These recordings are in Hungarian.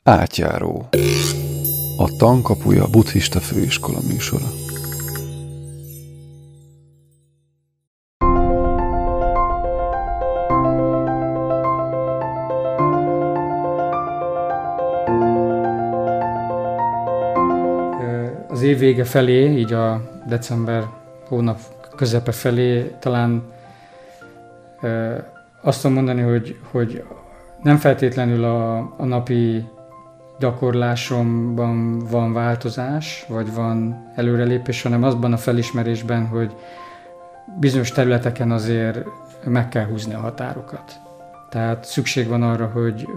Átjáró. A Tankapuja buddhista főiskola műsora. Az év vége felé, így a december hónap közepe felé talán azt tudom mondani, hogy nem feltétlenül a napi gyakorlásomban van változás, vagy van előrelépés, hanem azban a felismerésben, hogy bizonyos területeken azért meg kell húzni a határokat. Tehát szükség van arra,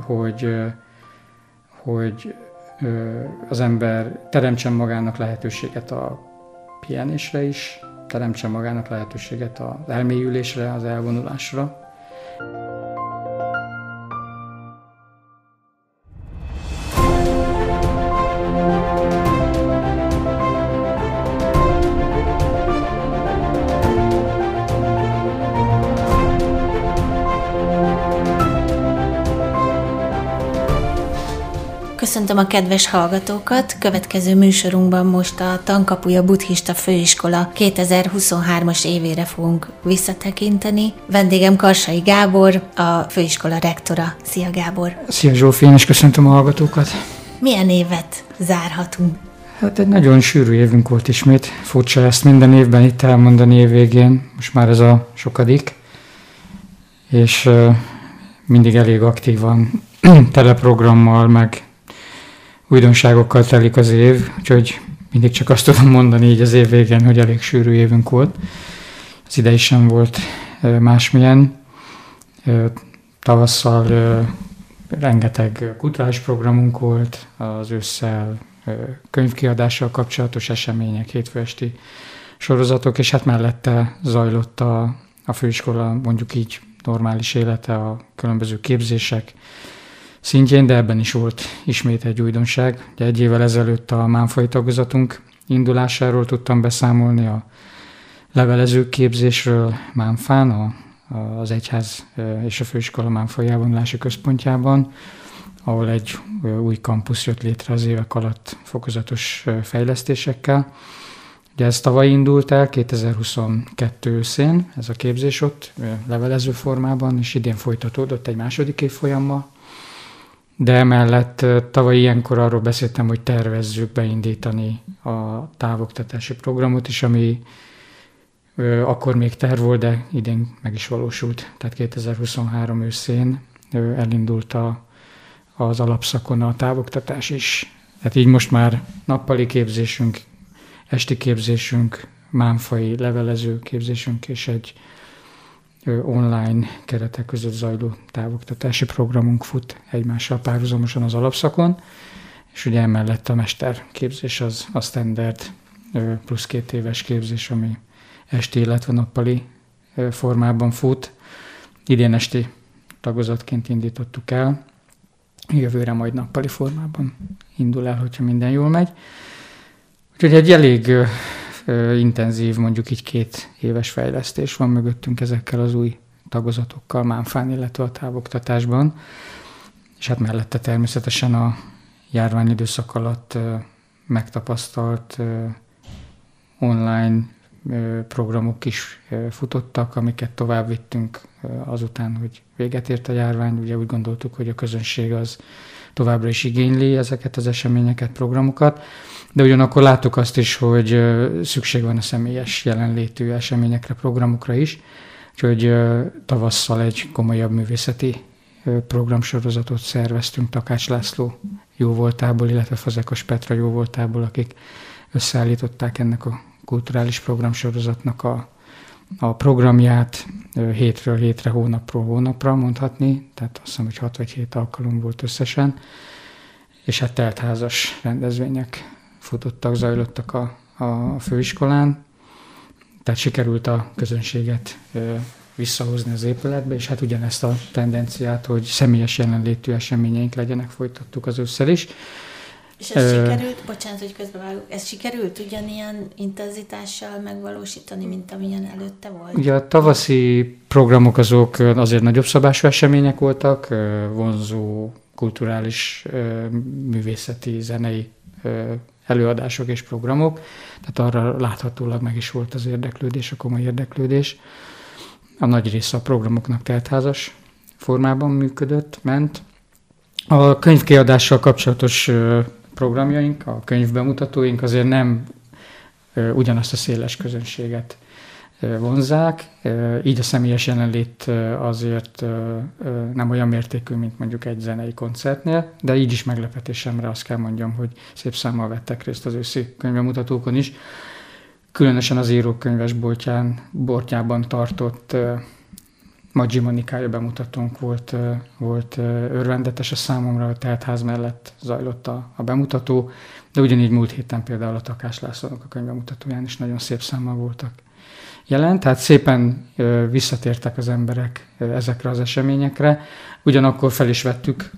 hogy az ember teremtsen magának lehetőséget a pihenésre is, teremtsen magának lehetőséget az elmélyülésre, az elvonulásra. Köszöntöm a kedves hallgatókat! Következő műsorunkban most a Tankapuja buddhista főiskola 2023-as évére fogunk visszatekinteni. Vendégem Karsai Gábor, a főiskola rektora. Szia Gábor! Szia Zsófi, én is köszöntöm a hallgatókat! Milyen évet zárhatunk? Hát egy nagyon sűrű évünk volt ismét. Furcsa ezt minden évben itt elmondani év végén. Most már ez a sokadik. És mindig elég aktívan teleprogrammal, meg újdonságokkal telik az év, úgyhogy mindig csak azt tudom mondani így az év végén, hogy elég sűrű évünk volt. Az idei sem volt másmilyen. Tavasszal rengeteg kulturális programunk volt, az ősszel könyvkiadással kapcsolatos események, hétfő esti sorozatok, és hát mellette zajlott a főiskola mondjuk így normális élete, a különböző képzések szintjén, de ebben is volt ismét egy újdonság. Ugye egy évvel ezelőtt a mánfai tagozatunk indulásáról tudtam beszámolni, a levelező képzésről Mánfán, az Egyház és a Főiskola mánfai elvonulási központjában, ahol egy új kampusz jött létre az évek alatt fokozatos fejlesztésekkel. Ugye ez tavaly indult el, 2022 őszén, ez a képzés ott levelező formában, és idén folytatódott egy második évfolyammal. De emellett tavaly ilyenkor arról beszéltem, hogy tervezzük beindítani a távoktatási programot is, ami akkor még terv volt, de idén meg is valósult. Tehát 2023 őszén elindult az alapszakon a távoktatás is. Tehát így most már nappali képzésünk, esti képzésünk, mánfai levelező képzésünk és egy online keretek között zajló távoktatási programunk fut egymással párhuzamosan az alapszakon, és ugye emellett a mesterképzés az a standard plusz 2 éves képzés, ami esti, illetve nappali formában fut. Idén esti tagozatként indítottuk el, jövőre majd nappali formában indul el, hogyha minden jól megy. Úgyhogy egy elég intenzív, mondjuk így 2 éves fejlesztés van mögöttünk ezekkel az új tagozatokkal Mánfán, illetve a távoktatásban. És hát mellette természetesen a járványidőszak alatt megtapasztalt online programok is futottak, amiket tovább vittünk azután, hogy véget ért a járvány. Ugye úgy gondoltuk, hogy a közönség az továbbra is igényli ezeket az eseményeket, programokat, de ugyanakkor láttuk azt is, hogy szükség van a személyes jelenlétű eseményekre, programokra is, úgyhogy tavasszal egy komolyabb művészeti programsorozatot szerveztünk Takács László jóvoltából, illetve Fazekas Petra jóvoltából, akik összeállították ennek a kulturális programsorozatnak a programját hétről hétre, hónapról hónapra mondhatni, tehát azt hiszem, hogy 6 vagy 7 alkalom volt összesen, és hát teltházas rendezvények futottak, zajlottak a főiskolán, tehát sikerült a közönséget visszahozni az épületbe, és hát ugyanezt a tendenciát, hogy személyes jelenlétű eseményeink legyenek, folytattuk az ősszel is. És ez sikerült, bocsánat, hogy közbevágok, ez sikerült ugyanilyen intenzitással megvalósítani, mint amilyen előtte volt? Ugye a tavaszi programok azok azért nagyobb szabású események voltak, vonzó kulturális, művészeti, zenei előadások és programok, tehát arra láthatólag meg is volt az érdeklődés, a komoly érdeklődés. A nagy része a programoknak teltházas formában működött, ment. A könyvkiadással kapcsolatos programjaink, a könyvbemutatóink azért nem ugyanazt a széles közönséget vonzák, így a személyes jelenlét azért nem olyan mértékű, mint mondjuk egy zenei koncertnél, de így is meglepetésemre azt kell mondjam, hogy szép számmal vettek részt az őszi könyvbemutatókon is. Különösen az Írókönyves boltjában tartott Magyi Monikája bemutatónk volt örvendetes, a számomra a teltház mellett zajlott a bemutató, de ugyanígy múlt héten például a Takás Lászlónak a könyvbemutatóján is nagyon szép számmal voltak jelen, tehát szépen visszatértek az emberek ezekre az eseményekre. Ugyanakkor fel is vettük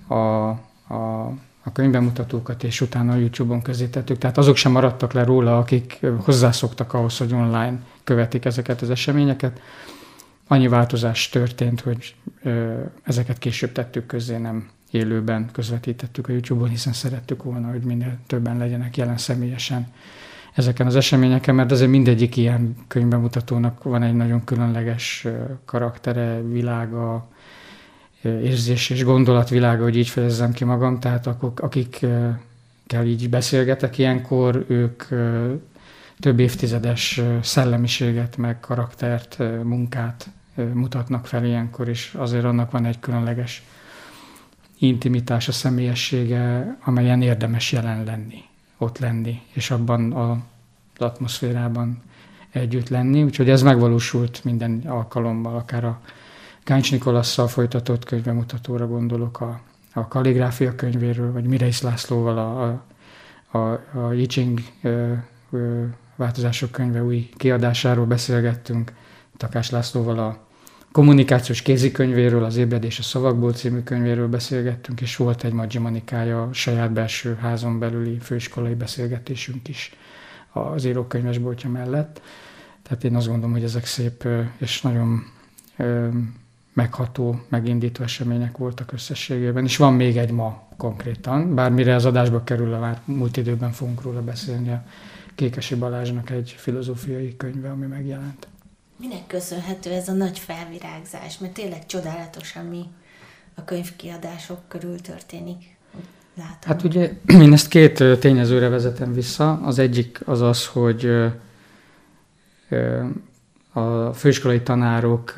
a könyvbemutatókat, és utána a YouTube-on közzétettük. Tehát azok sem maradtak le róla, akik hozzászoktak ahhoz, hogy online követik ezeket az eseményeket. Annyi változás történt, hogy ezeket később tettük közzé, nem élőben közvetítettük a YouTube-on, hiszen szerettük volna, hogy minél többen legyenek jelen személyesen ezeken az eseményeken, mert azért mindegyik ilyen könyvbemutatónak van egy nagyon különleges karaktere, világa, érzés és gondolatvilága, hogy így fejezzem ki magam, tehát akikkel így beszélgetek ilyenkor, ők több évtizedes szellemiséget, meg karaktert, munkát mutatnak fel ilyenkor, és azért annak van egy különleges intimitása, személyessége, amelyen érdemes jelen lenni, ott lenni, és abban az atmoszférában együtt lenni. Úgyhogy ez megvalósult minden alkalommal, akár a Gáncs Nikolasszal folytatott könyvbemutatóra gondolok, a kalligráfia könyvéről, vagy Mireisz Lászlóval a I Ching változások könyve új kiadásáról beszélgettünk, Takás Lászlóval a kommunikációs kézikönyvéről, az Ébredés a szavakból című könyvéről beszélgettünk, és volt egy Magyi Monikája saját belső házon belüli főiskolai beszélgetésünk is az Írókönyves boltja mellett. Tehát én azt gondolom, hogy ezek szép és nagyon megható, megindító események voltak összességében. És van még egy ma konkrétan, bármire az adásba kerül, már múlt időben fogunk róla beszélni, a Kékesi Balázsnak egy filozófiai könyve, ami megjelent. Minek köszönhető ez a nagy felvirágzás? Mert tényleg csodálatos, ami a könyvkiadások körül történik. Látom. Hát ugye én ezt két tényezőre vezetem vissza. Az egyik az az, hogy a főiskolai tanárok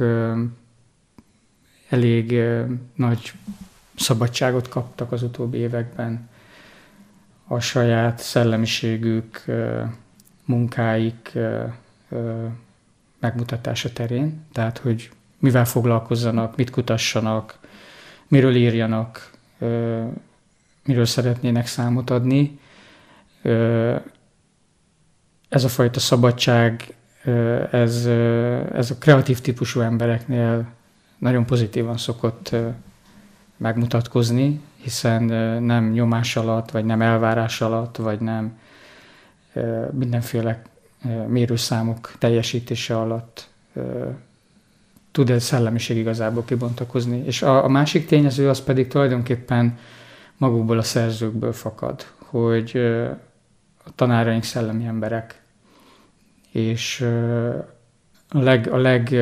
elég nagy szabadságot kaptak az utóbbi években a saját szellemiségük, munkáik megmutatása terén. Tehát, hogy mivel foglalkozzanak, mit kutassanak, miről írjanak, miről szeretnének számot adni. Ez a fajta szabadság, ez a kreatív típusú embereknél nagyon pozitívan szokott megmutatkozni, hiszen nem nyomás alatt, vagy nem elvárás alatt, vagy nem mindenféle mérőszámok teljesítése alatt tud egy szellemiség igazából kibontakozni. És a másik tényező az pedig tulajdonképpen magukból a szerzőkből fakad, hogy a tanáraink szellemi emberek, és a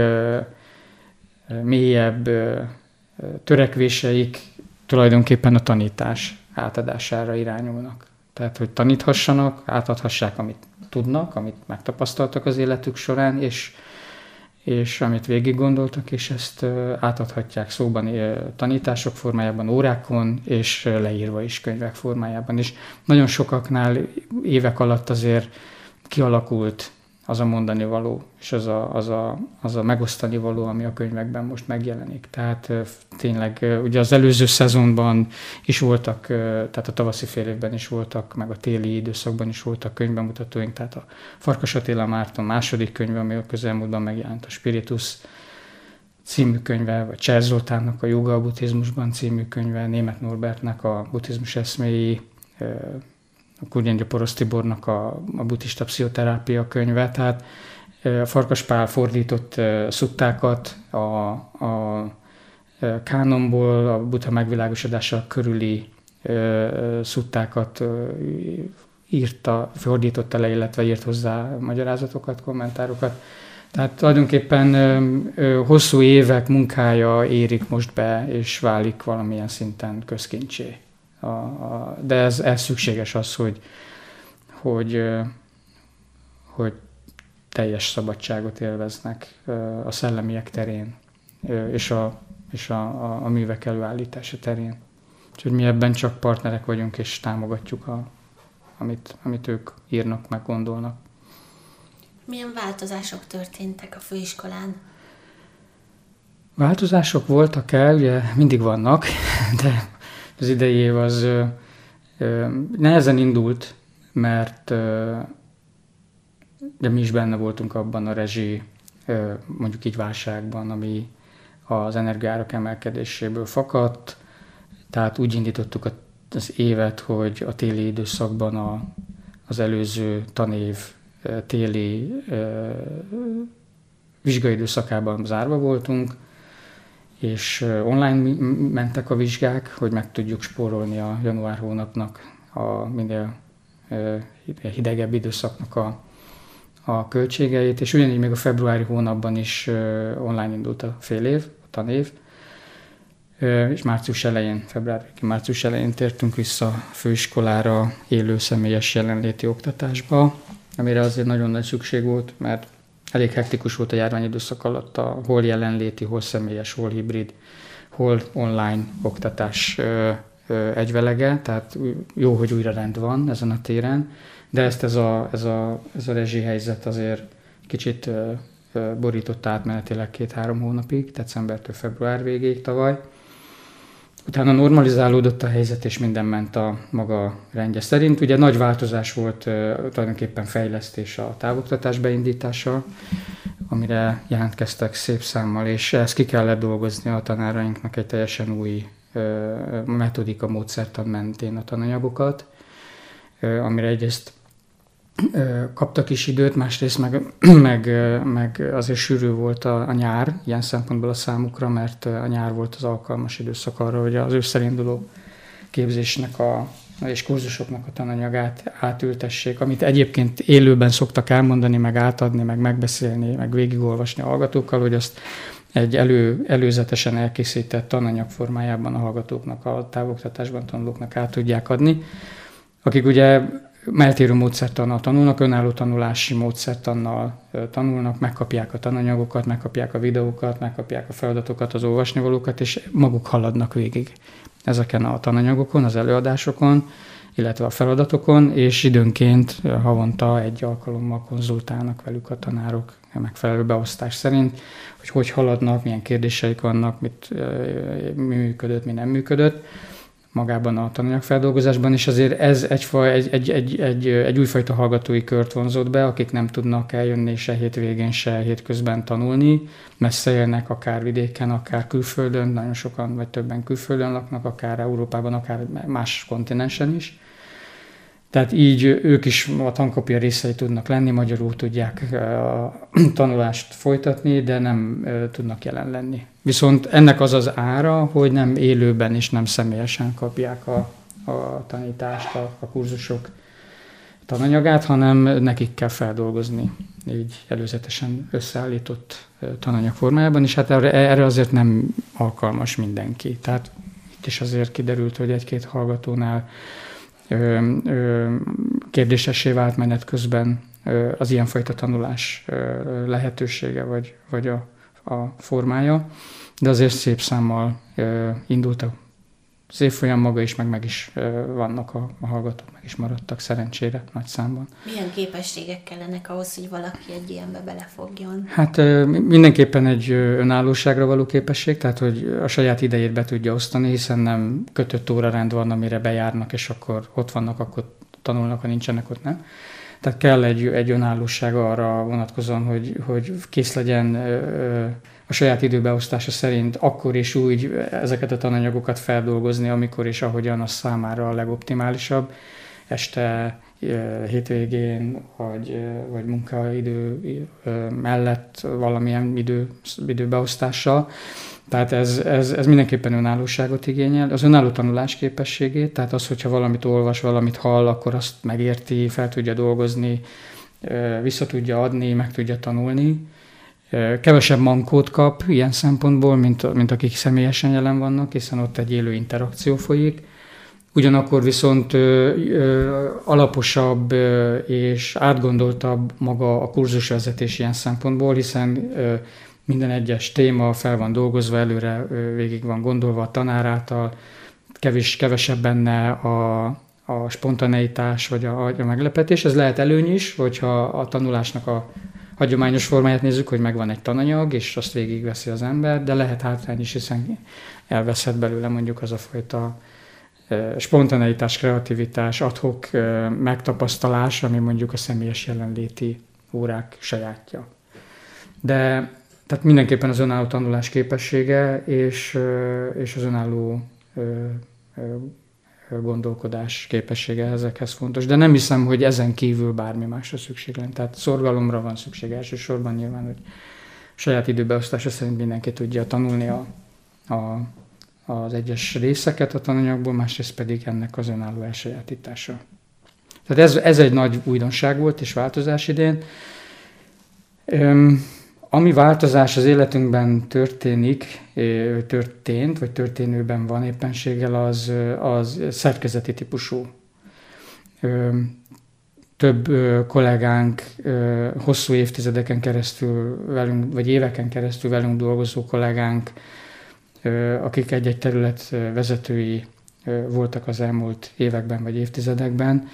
legmélyebb törekvéseik tulajdonképpen a tanítás átadására irányulnak. Tehát, hogy taníthassanak, átadhassák, amit tudnak, amit megtapasztaltak az életük során, és amit végig gondoltak, és ezt átadhatják szóban tanítások formájában, órákon, és leírva is könyvek formájában. És nagyon sokaknál évek alatt azért kialakult az a mondani való, és az a megosztani való, ami a könyvekben most megjelenik. Tehát tényleg ugye az előző szezonban is voltak, tehát a tavaszi fél évben is voltak, meg a téli időszakban is voltak könyvbemutatóink, tehát a Farkas Attila Márton második könyve, ami a közelmúltban megjelent, a Spiritus című könyve, vagy Cser Zoltánnak a Jóga a buddhizmusban című könyve, Németh Norbertnek a buddhizmus eszméi, a Kurgyengya Porosz Tibornak a buddhista pszichoterápia könyve, tehát a Farkas Pál fordított szuttákat, a kánonból, a Buddha megvilágosodása körüli szuttákat fordította le, illetve írt hozzá magyarázatokat, kommentárokat. Tehát tulajdonképpen hosszú évek munkája érik most be, és válik valamilyen szinten közkincsé. De ez szükséges az, hogy teljes szabadságot élveznek a szellemiek terén, és a művek előállítása terén. Úgyhogy mi ebben csak partnerek vagyunk, és támogatjuk, amit ők írnak, meg gondolnak. Milyen változások történtek a főiskolán? Változások voltak ugye mindig vannak, de az idei év az nehezen indult, mert de mi is benne voltunk abban a rezsi, mondjuk így válságban, ami az energiaárak emelkedéséből fakadt. Tehát úgy indítottuk az évet, hogy a téli időszakban az előző tanév téli vizsgai időszakában zárva voltunk, és online mentek a vizsgák, hogy meg tudjuk spórolni a január hónapnak, a minél hidegebb időszaknak a költségeit, és ugyanígy még a februári hónapban is online indult a félév, a tanév, és március elején tértünk vissza a főiskolára élő személyes jelenléti oktatásba, amire azért nagyon nagy szükség volt, mert elég hektikus volt a járványidőszak alatt a hol jelenléti, hol személyes, hol hibrid, hol online oktatás egyvelege, tehát jó, hogy újra rend van ezen a téren, de ezt ez a rezsihelyzet azért kicsit borított átmenetileg 2-3 hónapig, decembertől február végéig tavaly. Utána normalizálódott a helyzet, és minden ment a maga rendje szerint. Ugye nagy változás volt tulajdonképpen fejlesztés a távoktatás beindítása, amire jelentkeztek szép számmal, és ezt ki kellett dolgozni a tanárainknak egy teljesen új metodika módszertan mentén a tananyagokat, amire egyrészt kaptak is időt, másrészt meg azért sűrű volt a nyár ilyen szempontból a számukra, mert a nyár volt az alkalmas időszak arra, hogy az ősszel képzésnek és kurzusoknak a tananyagát átültessék, amit egyébként élőben szoktak elmondani, meg átadni, meg megbeszélni, meg végigolvasni a hallgatókkal, hogy azt egy előzetesen elkészített tananyag formájában a hallgatóknak, a távoktatásban tanulóknak át tudják adni, akik ugye eltérő módszertannal tanulnak, önálló tanulási módszertannal tanulnak, megkapják a tananyagokat, megkapják a videókat, megkapják a feladatokat, az olvasnivalókat, és maguk haladnak végig ezeken a tananyagokon, az előadásokon, illetve a feladatokon, és időnként havonta egy alkalommal konzultálnak velük a tanárok megfelelő beosztás szerint, hogy haladnak, milyen kérdéseik vannak, mi működött, mi nem működött magában a tananyagfeldolgozásban, és azért ez egy újfajta hallgatói kört vonzott be, akik nem tudnak eljönni se hétvégén, se hétközben tanulni, messze élnek, akár vidéken, akár külföldön, nagyon sokan vagy többen külföldön laknak, akár Európában, akár más kontinensen is. Tehát így ők is a tankopia részei tudnak lenni, magyarul tudják a tanulást folytatni, de nem tudnak jelen lenni. Viszont ennek az az ára, hogy nem élőben és nem személyesen kapják a tanítást, a kurzusok tananyagát, hanem nekik kell feldolgozni így előzetesen összeállított tananyag formájában, és hát erre azért nem alkalmas mindenki. Tehát itt is azért kiderült, hogy egy-két hallgatónál kérdésessé vált menet közben az ilyenfajta tanulás lehetősége vagy a formája, de azért szép számmal indult az évfolyam maga is, meg is vannak a hallgatók, meg is maradtak szerencsére nagy számban. Milyen képességek kellenek ahhoz, hogy valaki egy ilyenbe belefogjon? Hát mindenképpen egy önállóságra való képesség, tehát hogy a saját idejét be tudja osztani, hiszen nem kötött órarend van, amire bejárnak, és akkor ott vannak, akkor tanulnak, ha nincsenek, ott nem. Tehát kell egy önállóság arra vonatkozóan, hogy kész legyen a saját időbeosztása szerint akkor és úgy ezeket a tananyagokat feldolgozni, amikor és ahogyan az számára a legoptimálisabb. este, hétvégén, vagy munkaidő mellett valamilyen időbeosztással. Tehát ez mindenképpen önállóságot igényel. Az önálló tanulás képességét, tehát az, hogyha valamit olvas, valamit hall, akkor azt megérti, fel tudja dolgozni, vissza tudja adni, meg tudja tanulni. Kevesebb mankót kap ilyen szempontból, mint akik személyesen jelen vannak, hiszen ott egy élő interakció folyik. Ugyanakkor viszont alaposabb és átgondoltabb maga a kurzusvezetés ilyen szempontból, hiszen minden egyes téma fel van dolgozva, előre végig van gondolva a tanár által, kevesebb benne a spontaneitás vagy a meglepetés. Ez lehet előny is, hogyha a tanulásnak a hagyományos formáját nézzük, hogy megvan egy tananyag, és azt végigveszi az ember, de lehet hátrány is, hiszen elveszhet belőle mondjuk az a fajta spontaneitás, kreativitás, ad-hoc megtapasztalás, ami mondjuk a személyes jelenléti órák sajátja. De tehát mindenképpen az önálló tanulás képessége és az önálló gondolkodás képessége ezekhez fontos. De nem hiszem, hogy ezen kívül bármi másra szükség lenne. Tehát szorgalomra van szükség elsősorban nyilván, hogy saját időbeosztása szerint mindenki tudja tanulni az egyes részeket a tananyagból, másrészt pedig ennek az önálló elsajátítása. Tehát ez egy nagy újdonság volt és változás idén. Ami változás az életünkben történt, vagy történőben van éppenséggel, az szerkezeti típusú. Több kollégánk, hosszú évtizedeken keresztül velünk, vagy éveken keresztül velünk dolgozó kollégánk, akik egy-egy terület vezetői voltak az elmúlt években vagy évtizedekben,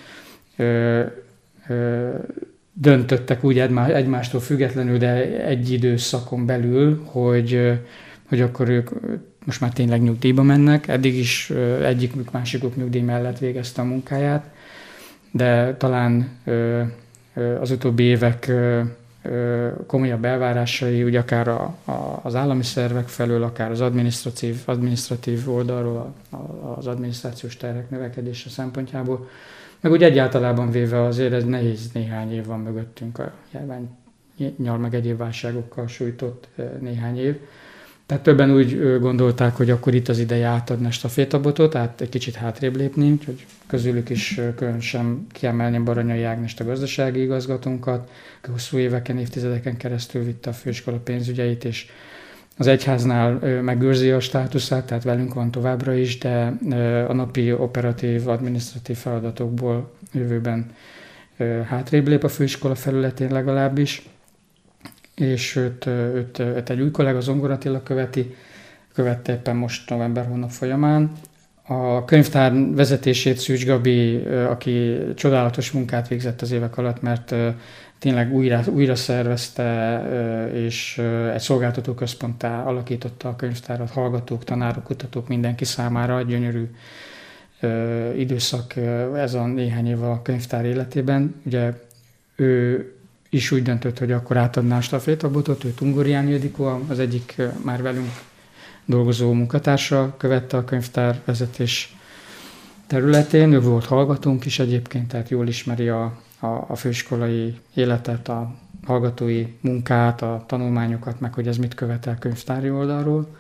döntöttek úgy egymástól függetlenül, de egy időszakon belül, hogy akkor ők most már tényleg nyugdíjba mennek. Eddig is egyikük másikuk nyugdíj mellett végezte a munkáját, de talán az utóbbi évek komolyabb elvárásai, úgy akár az állami szervek felől, akár az adminisztratív oldalról, az adminisztrációs terhek növekedése szempontjából, meg úgy egyáltalában véve azért ez nehéz néhány év van mögöttünk, a járványnyal meg egyéb válságokkal sújtott néhány év. Tehát többen úgy gondolták, hogy akkor itt az ideje átadni a stafétabotot, tehát egy kicsit hátrébb lépni, úgyhogy közülük is különösen kiemelném Baranyai Ágnest, a gazdasági igazgatónkat, aki hosszú éveken, évtizedeken keresztül vitte a főiskola pénzügyeit, és az egyháznál megőrzi a státuszát, tehát velünk van továbbra is, de a napi operatív, adminisztratív feladatokból jövőben hátrébb lép a főiskola felületén legalábbis, és őt egy új kollega, Zongor Attila követte éppen most november hónap folyamán. A könyvtár vezetését Szűcs Gabi, aki csodálatos munkát végzett az évek alatt, mert tényleg újra szervezte, és egy szolgáltatóközponttá alakította a könyvtárat, hallgatók, tanárok, kutatók, mindenki számára. Gyönyörű időszak ez a néhány év a könyvtár életében. Ugye ő is úgy döntött, hogy akkor átadná a stafétabotot, ő Ungorián Ildikó, az egyik már velünk dolgozó munkatársa, követte a könyvtár vezetés területén. Ő volt hallgatónk is egyébként, tehát jól ismeri a főiskolai életet, a hallgatói munkát, a tanulmányokat, meg hogy ez mit követel könyvtári oldalról.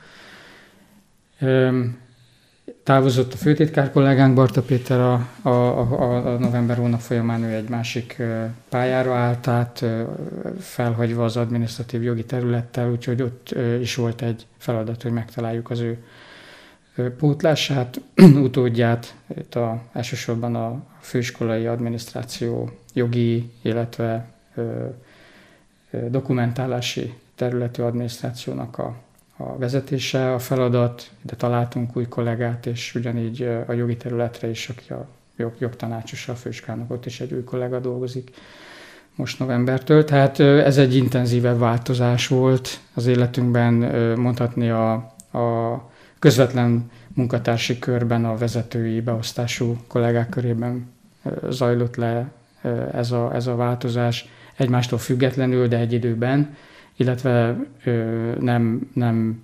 Távozott a főtitkár kollégánk, Barta Péter a november hónap folyamán, ő egy másik pályára állt át, felhagyva az adminisztratív jogi területtel, úgyhogy ott is volt egy feladat, hogy megtaláljuk az ő pótlását, utódját, itt elsősorban a főiskolai adminisztráció jogi, illetve dokumentálási területű adminisztrációnak a vezetése, a feladat, de találtunk új kollégát, és ugyanígy a jogi területre is, aki a jogtanácsosa a főiskolának, ott is egy új kollega dolgozik most novembertől. Tehát ez egy intenzívebb változás volt az életünkben, mondhatni a közvetlen munkatársi körben, a vezetői beosztású kollégák körében zajlott le ez a változás egymástól függetlenül, de egy időben, illetve nem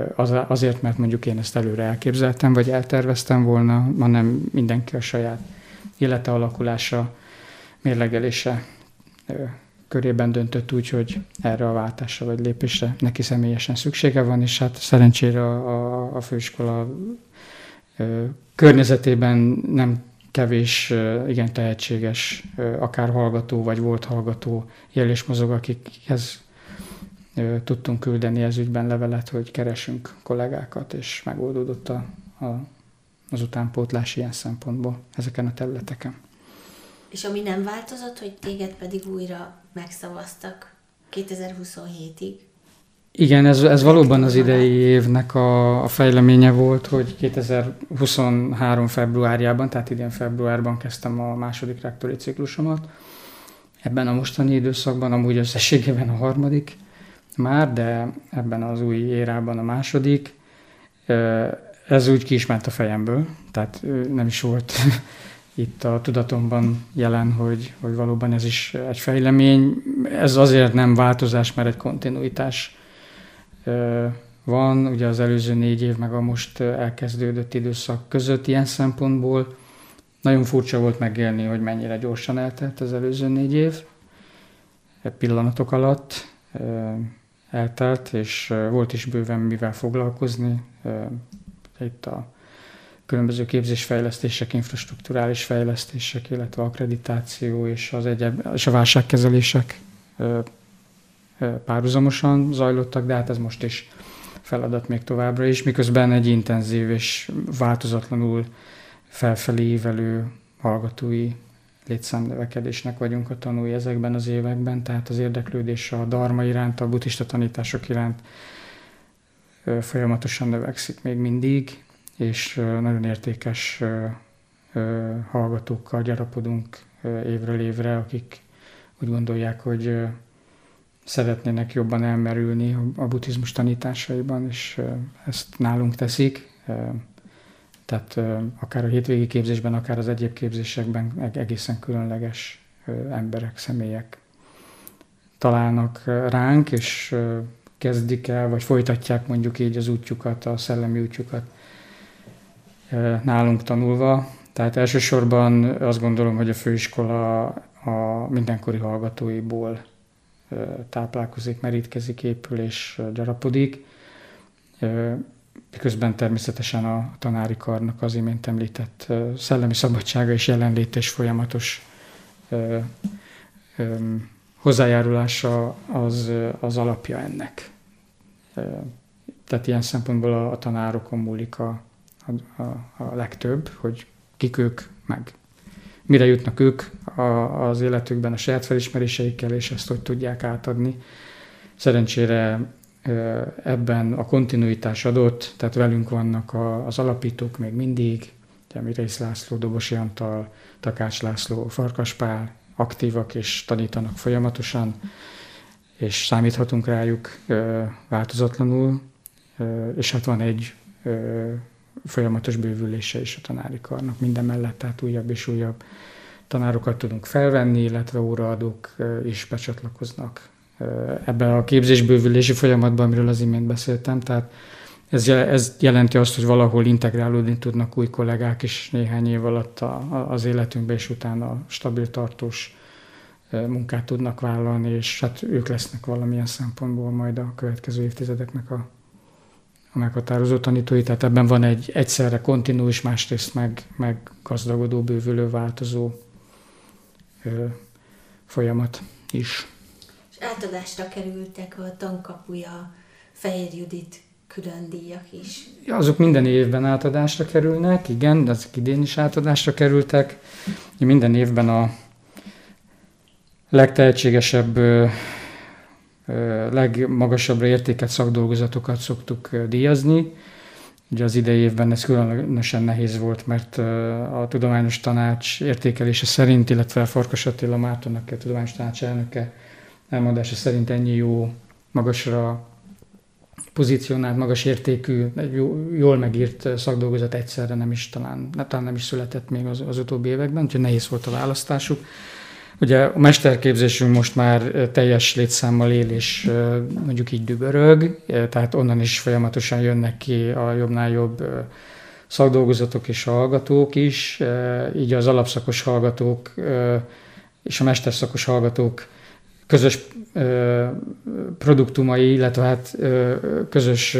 azért, mert mondjuk én ezt előre elképzeltem, vagy elterveztem volna, hanem mindenki a saját élete alakulása, mérlegelése körében döntött úgy, hogy erre a váltásra vagy lépésre neki személyesen szüksége van, és hát szerencsére a főiskola környezetében nem kevés, igen tehetséges, akár hallgató vagy volt hallgató él és mozog, akikhez tudtunk küldeni ez ügyben levelet, hogy keresünk kollégákat, és megoldódott az utánpótlás ilyen szempontból ezeken a területeken. És ami nem változott, hogy téged pedig újra megszavaztak 2027-ig? Igen, ez valóban az idei évnek a fejleménye volt, hogy 2023 februárjában, tehát idén februárban kezdtem a második rektori ciklusomat. Ebben a mostani időszakban, amúgy összességében a harmadik már, de ebben az új érában a második. Ez úgy ki is ment a fejemből, tehát nem is volt itt a tudatomban jelen, hogy valóban ez is egy fejlemény. Ez azért nem változás, mert egy kontinuitás van, ugye az előző 4 év meg a most elkezdődött időszak között ilyen szempontból. Nagyon furcsa volt megélni, hogy mennyire gyorsan eltelt az előző 4 év. Pillanatok alatt eltelt, és volt is bőven mivel foglalkozni. Itt a különböző képzésfejlesztések, infrastrukturális fejlesztések, illetve akkreditáció és a válságkezelések párhuzamosan zajlottak, de hát ez most is feladat még továbbra is, miközben egy intenzív és változatlanul felfelé ívelő hallgatói létszámnövekedésnek vagyunk a tanúi ezekben az években, tehát az érdeklődés a dharma iránt, a buddhista tanítások iránt folyamatosan növekszik még mindig, és nagyon értékes hallgatókkal gyarapodunk évről évre, akik úgy gondolják, hogy szeretnének jobban elmerülni a buddhizmus tanításaiban, és ezt nálunk teszik. Tehát akár a hétvégi képzésben, akár az egyéb képzésekben egészen különleges emberek, személyek találnak ránk, és kezdik el, vagy folytatják mondjuk így az útjukat, a szellemi útjukat nálunk tanulva. Tehát elsősorban azt gondolom, hogy a főiskola a mindenkori hallgatóiból táplálkozik, merítkezik, épül és gyarapodik. Közben természetesen a tanári karnak az imént említett szellemi szabadsága és jelenléte és folyamatos hozzájárulása az alapja ennek. Tehát ilyen szempontból a tanárokon múlik a legtöbb, hogy kik ők, meg mire jutnak ők az életükben a saját felismeréseikkel, és ezt hogy tudják átadni. Szerencsére ebben a kontinuitás adott, tehát velünk vannak az alapítók még mindig, Rész László, Dobosi Antal, Takács László, Farkas Pál aktívak és tanítanak folyamatosan, és számíthatunk rájuk változatlanul, és hát van egy folyamatos bővülése is a tanári karnak minden mellett, tehát újabb és újabb tanárokat tudunk felvenni, illetve óraadók is becsatlakoznak ebben a képzésbővülési folyamatban, amiről az imént beszéltem. Tehát ez jelenti azt, hogy valahol integrálódni tudnak új kollégák is néhány év alatt az életünkbe, és utána stabil, tartós munkát tudnak vállalni, és hát ők lesznek valamilyen szempontból majd a következő évtizedeknek a meghatározó tanítói. Tehát ebben van egy egyszerre kontinuus, másrészt meg gazdagodó, bővülő, változó folyamat is. És átadásra kerültek a Tankapuja, Fehér Judit külön díjak is. Ja, azok minden évben átadásra kerülnek, igen, de azok idén is átadásra kerültek. Minden évben a legtehetségesebb, legmagasabbra értékelt szakdolgozatokat szoktuk díjazni. Ugye az idei évben ez különösen nehéz volt, mert a tudományos tanács értékelése szerint, illetve Farkas Attila Mártonnak, a tudományos tanács elnöke elmondása szerint ennyi jó, magasra pozícionált, magas értékű, jól megírt szakdolgozat egyszerre talán nem is született még az utóbbi években, úgyhogy nehéz volt a választásuk. Ugye a mesterképzésünk most már teljes létszámmal él, és mondjuk így dübörög, tehát onnan is folyamatosan jönnek ki a jobbnál jobb szakdolgozatok és hallgatók is, így az alapszakos hallgatók és a mesterszakos hallgatók közös produktumai, illetve hát közös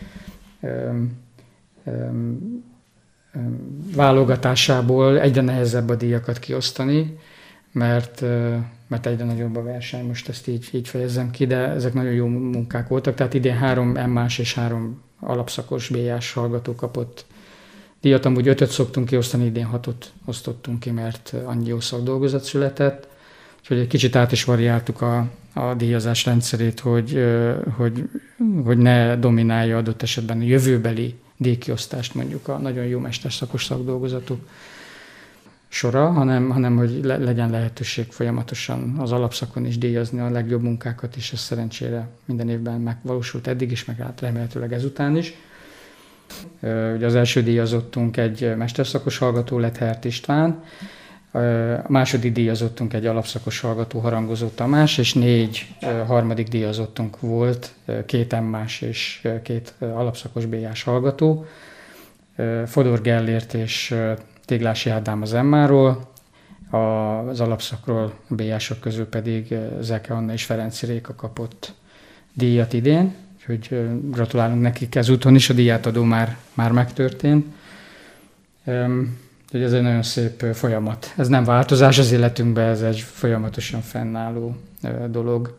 válogatásából egyre nehezebb a díjakat kiosztani, mert egyre nagyobb a verseny, most ezt így fejezzem ki, de ezek nagyon jó munkák voltak, tehát idén 3 MA-s és 3 alapszakos B-s hallgató kapott díjat, amúgy 5-öt szoktunk kiosztani, idén 6-ot osztottunk ki, mert annyi jó szakdolgozat született, úgyhogy egy kicsit át is variáltuk a díjazás rendszerét, hogy ne dominálja adott esetben a jövőbeli díjkiosztást mondjuk a nagyon jó mesterszakos szakdolgozatok sora, hanem hogy legyen lehetőség folyamatosan az alapszakon is díjazni a legjobb munkákat, és ez szerencsére minden évben megvalósult eddig is, meg hát remélhetőleg ezután is. Ugye az első díjazottunk egy mesterszakos hallgató lett, Hert István, a második díjazottunk egy alapszakos hallgató, Harangozó Tamás, és 4 harmadik díjazottunk volt, 2 MA-s és 2 alapszakos B-s hallgató, Fodor Gellért és Téglási Ádám az MA-ról, az alapszakról a B-sok közül pedig Zeke Anna és Ferenci Réka kapott díjat idén, úgyhogy gratulálunk nekik ezúton is, a díjátadó már megtörtént. Úgyhogy ez egy nagyon szép folyamat. Ez nem változás az életünkben, ez egy folyamatosan fennálló dolog.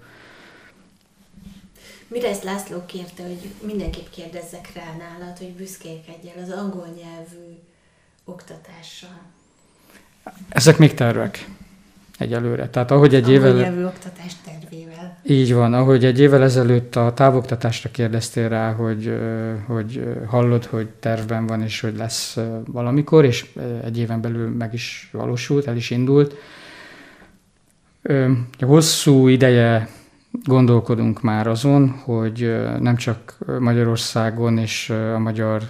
Mire ezt László kérte, hogy mindenképp kérdezzek rá nálad, hogy büszkélkedjél az angol nyelvű oktatással? Ezek még tervek egyelőre. Tehát ahogy egy angol nyelvű oktatás tervével. Így van, ahogy egy évvel ezelőtt a távoktatásra kérdeztél rá, hogy hallod, hogy tervben van, és hogy lesz valamikor, és egy éven belül meg is valósult, el is indult. Hosszú ideje gondolkodunk már azon, hogy nem csak Magyarországon és a magyar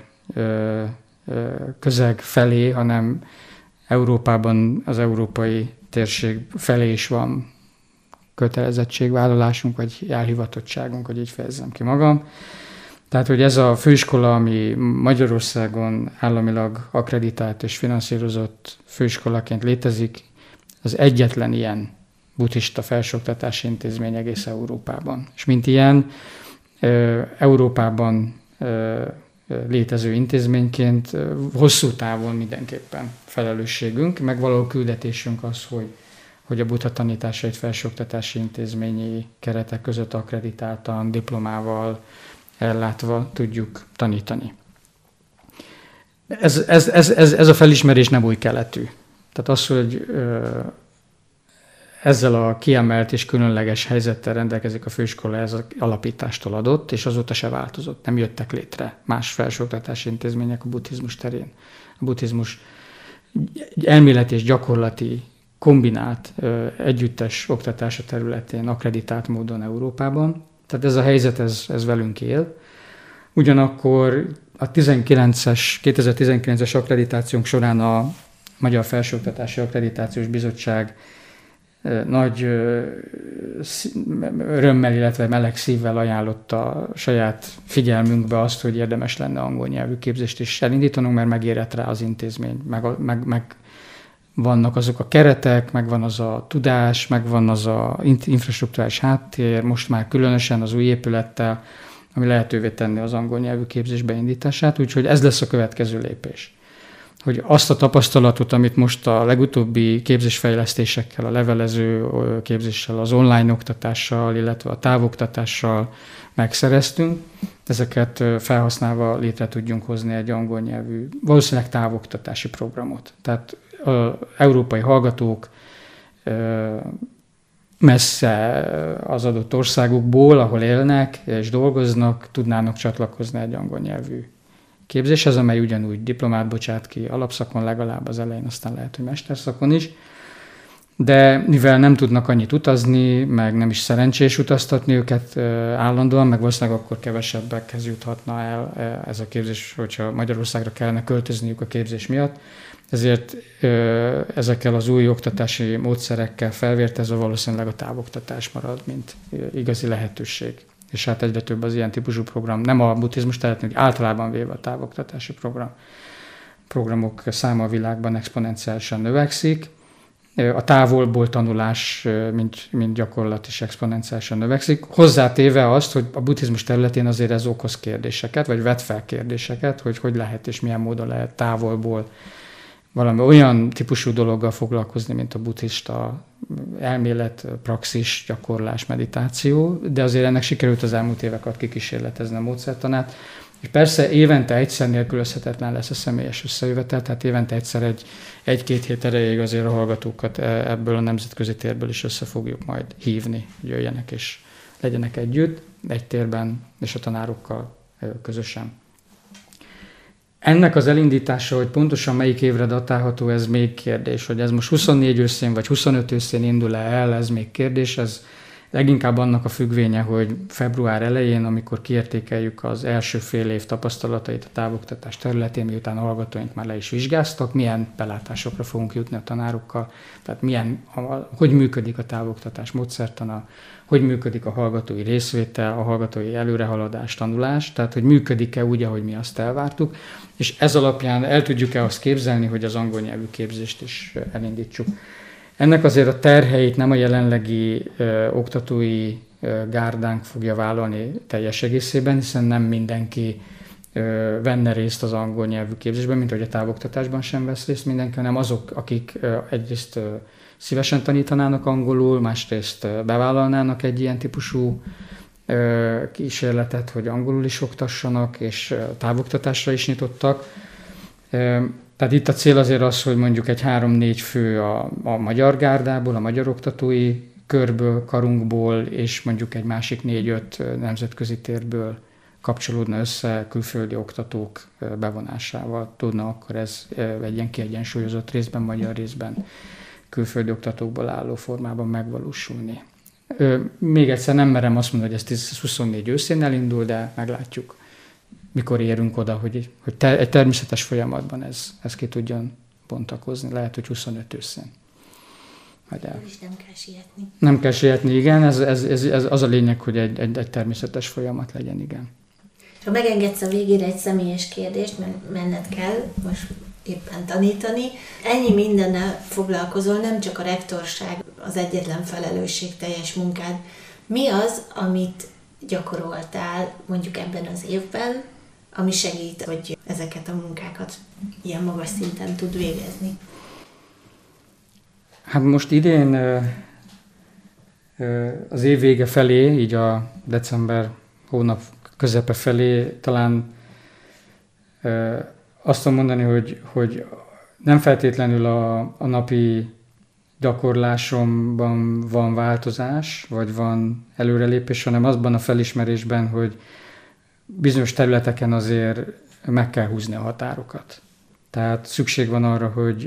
közeg felé, hanem Európában, az európai térség felé is van kötelezettségvállalásunk, vagy elhivatottságunk, hogy így fejezzem ki magam. Tehát, hogy ez a főiskola, ami Magyarországon államilag akkreditált és finanszírozott főiskolaként létezik, az egyetlen ilyen buddhista felsőoktatási intézmény egész Európában. És mint ilyen, Európában létező intézményként hosszú távon mindenképpen felelősségünk, meg valahol küldetésünk az, hogy a Buddha tanításait felsőoktatási intézményi keretek között akkreditáltan, diplomával ellátva tudjuk tanítani. Ez a felismerés nem új keletű. Tehát az, hogy ezzel a kiemelt és különleges helyzettel rendelkezik a főiskola, ez az alapítástól adott, és azóta se változott. Nem jöttek létre más felsőoktatási intézmények a buddhizmus terén. A buddhizmus elméleti és gyakorlati kombinált együttes oktatása területén akkreditált módon Európában. Tehát ez a helyzet, ez velünk él. Ugyanakkor a 2019-es akkreditációnk során a Magyar Felsőoktatási Akkreditációs Bizottság nagy örömmel, illetve meleg szívvel ajánlotta a saját figyelmünkbe azt, hogy érdemes lenne angol nyelvű képzést is elindítanunk, mert megérett rá az intézmény, meg vannak azok a keretek, meg van az a tudás, meg van az a infrastruktúrális háttér, most már különösen az új épülettel, ami lehetővé tenni az angol nyelvű képzés beindítását, úgyhogy ez lesz a következő lépés. Hogy azt a tapasztalatot, amit most a legutóbbi képzésfejlesztésekkel, a levelező képzéssel, az online oktatással, illetve a távoktatással megszereztünk, ezeket felhasználva létre tudjunk hozni egy angol nyelvű, valószínűleg távoktatási programot. Tehát az európai hallgatók messze az adott országokból, ahol élnek és dolgoznak, tudnának csatlakozni egy angol nyelvű képzéshez, amely ugyanúgy diplomát bocsát ki alapszakon legalább az elején, aztán lehet, hogy mesterszakon is. De mivel nem tudnak annyit utazni, meg nem is szerencsés utaztatni őket állandóan, meg valószínűleg akkor kevesebbekhez juthatna el ez a képzés, hogyha Magyarországra kellene költözniük a képzés miatt. Ezért ezekkel az új oktatási módszerekkel felvértezve valószínűleg a távoktatás marad, mint igazi lehetőség. És hát egyre több az ilyen típusú program, nem a buddhizmus területén, általában véve a távoktatási program. programok száma a világban exponenciálisan növekszik. A távolból tanulás, mint gyakorlat is exponenciálisan növekszik. Hozzátéve azt, hogy a buddhizmus területén azért ez okoz kérdéseket, vagy vet fel kérdéseket, hogy lehet és milyen módon lehet távolból valami olyan típusú dologgal foglalkozni, mint a buddhista elmélet, praxis, gyakorlás, meditáció, de azért ennek sikerült az elmúlt éveket kikísérletezni a módszertanát. És persze évente egyszer nélkülözhetetlen lesz a személyes összejövetel, tehát évente egyszer egy-két hét erejéig azért a hallgatókat ebből a nemzetközi térből is össze fogjuk majd hívni, hogy jöjjenek és legyenek együtt, egy térben és a tanárokkal közösen. Ennek az elindítása, hogy pontosan melyik évre datálható, ez még kérdés, hogy ez most 24 őszén vagy 25 őszén indul el, ez még kérdés, ez leginkább annak a függvénye, hogy február elején, amikor kiértékeljük az első fél év tapasztalatait a távoktatás területén, miután a hallgatóink már le is vizsgáztak, milyen belátásokra fogunk jutni a tanárokkal, tehát hogy működik a távoktatás módszertana, hogy működik a hallgatói részvétel, a hallgatói előrehaladás, tanulás, tehát hogy működik-e úgy, ahogy mi azt elvártuk, és ez alapján el tudjuk-e azt képzelni, hogy az angol nyelvű képzést is elindítsuk. Ennek azért a terheit nem a jelenlegi oktatói gárdánk fogja vállalni teljes egészében, hiszen nem mindenki venne részt az angol nyelvű képzésben, mint hogy a távoktatásban sem vesz részt mindenki, hanem azok, akik egyrészt szívesen tanítanának angolul, másrészt bevállalnának egy ilyen típusú kísérletet, hogy angolul is oktassanak, és távoktatásra is nyitottak. Tehát itt a cél azért az, hogy mondjuk egy 3-4 fő a magyar gárdából, a magyar oktatói körből, karunkból, és mondjuk egy másik 4-5 nemzetközi térből kapcsolódna össze külföldi oktatók bevonásával. Tudna akkor ez egy ilyen kiegyensúlyozott részben, magyar részben külföldi oktatókból álló formában megvalósulni. Még egyszer nem merem azt mondani, hogy ez 24 őszén elindul, de meglátjuk, mikor érünk oda, hogy egy természetes folyamatban ez ki tudjon bontakozni. Lehet, hogy 25 őszén. És nem kell sietni. Nem kell sietni, igen. Ez az a lényeg, hogy egy természetes folyamat legyen, igen. Ha megengedsz a végére egy személyes kérdést, mert menned kell most éppen tanítani. Ennyi mindennel foglalkozol, nem csak a rektorság az egyetlen felelősségteljes munkád. Mi az, amit gyakoroltál mondjuk ebben az évben, ami segít, hogy ezeket a munkákat ilyen magas szinten tud végezni? Hát most idén az év vége felé, így a december hónap közepe felé talán azt tudom mondani, hogy nem feltétlenül a napi gyakorlásomban van változás, vagy van előrelépés, hanem azban a felismerésben, hogy bizonyos területeken azért meg kell húzni a határokat. Tehát szükség van arra,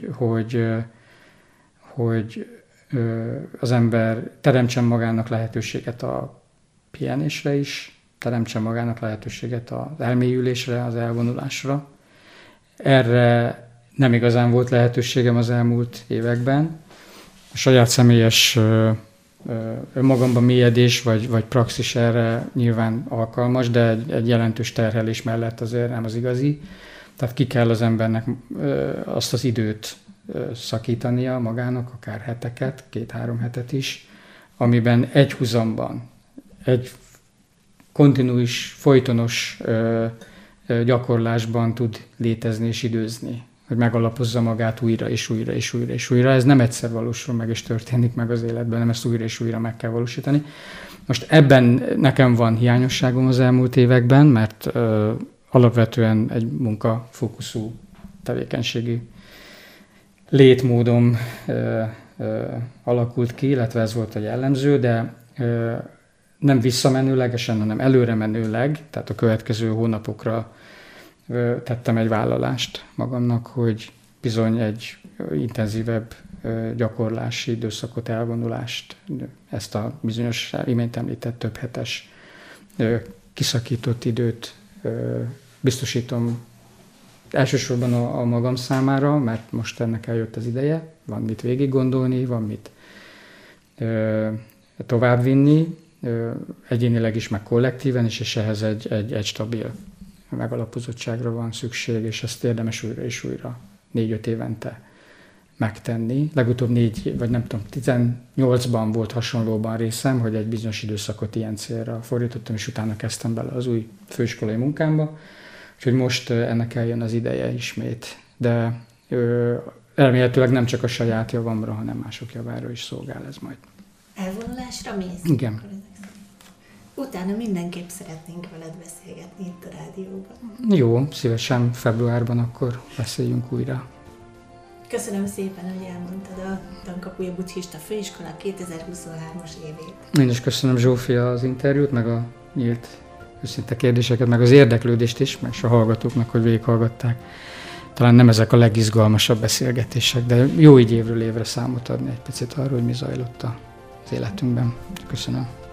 hogy az ember teremtsen magának lehetőséget a pihenésre is, teremtsen magának lehetőséget az elmélyülésre, az elvonulásra. Erre nem igazán volt lehetőségem az elmúlt években. A saját személyes önmagamban mélyedés vagy praxis erre nyilván alkalmas, de egy jelentős terhelés mellett azért nem az igazi. Tehát ki kell az embernek azt az időt szakítania magának, akár heteket, 2-3 hetet is, amiben egyhuzamban, egy kontinuis, folytonos gyakorlásban tud létezni és időzni, hogy megalapozza magát újra és újra és újra és újra. Ez nem egyszer valósul meg és történik meg az életben, hanem ezt újra és újra meg kell valósítani. Most ebben nekem van hiányosságom az elmúlt években, mert alapvetően egy munkafókuszú tevékenységi létmódom alakult ki, illetve ez volt a jellemző, de nem visszamenőlegesen, hanem előremenőleg, tehát a következő hónapokra tettem egy vállalást magamnak, hogy bizony egy intenzívebb gyakorlási időszakot, elvonulást, ezt a bizonyos imént említett több hetes kiszakított időt biztosítom elsősorban a magam számára, mert most ennek eljött az ideje, van mit végig gondolni, van mit továbbvinni, egyénileg is, meg kollektíven is, és ehhez egy stabil megalapozottságra van szükség, és ezt érdemes újra és újra 4-5 évente megtenni. Legutóbb 4, vagy nem tudom, 18-ban volt hasonlóban részem, hogy egy bizonyos időszakot ilyen célra fordítottam, és utána kezdtem bele az új főiskolai munkámba. Úgyhogy most ennek eljön az ideje ismét. De elméletileg nem csak a saját javamra, hanem mások javára is szolgál ez majd. Elvonulásra mész? Igen. Utána mindenképp szeretnénk veled beszélgetni itt a rádióban. Jó, szívesen februárban akkor beszéljünk újra. Köszönöm szépen, hogy elmondtad a Tankapulya Buddhista Főiskola 2023-as évét. Én is köszönöm, Zsófia, az interjút, meg a nyílt őszinte kérdéseket, meg az érdeklődést is, meg a hallgatóknak, hogy végighallgatták. Talán nem ezek a legizgalmasabb beszélgetések, de jó így évről évre számot adni egy picit arról, hogy mi zajlott az életünkben. Köszönöm.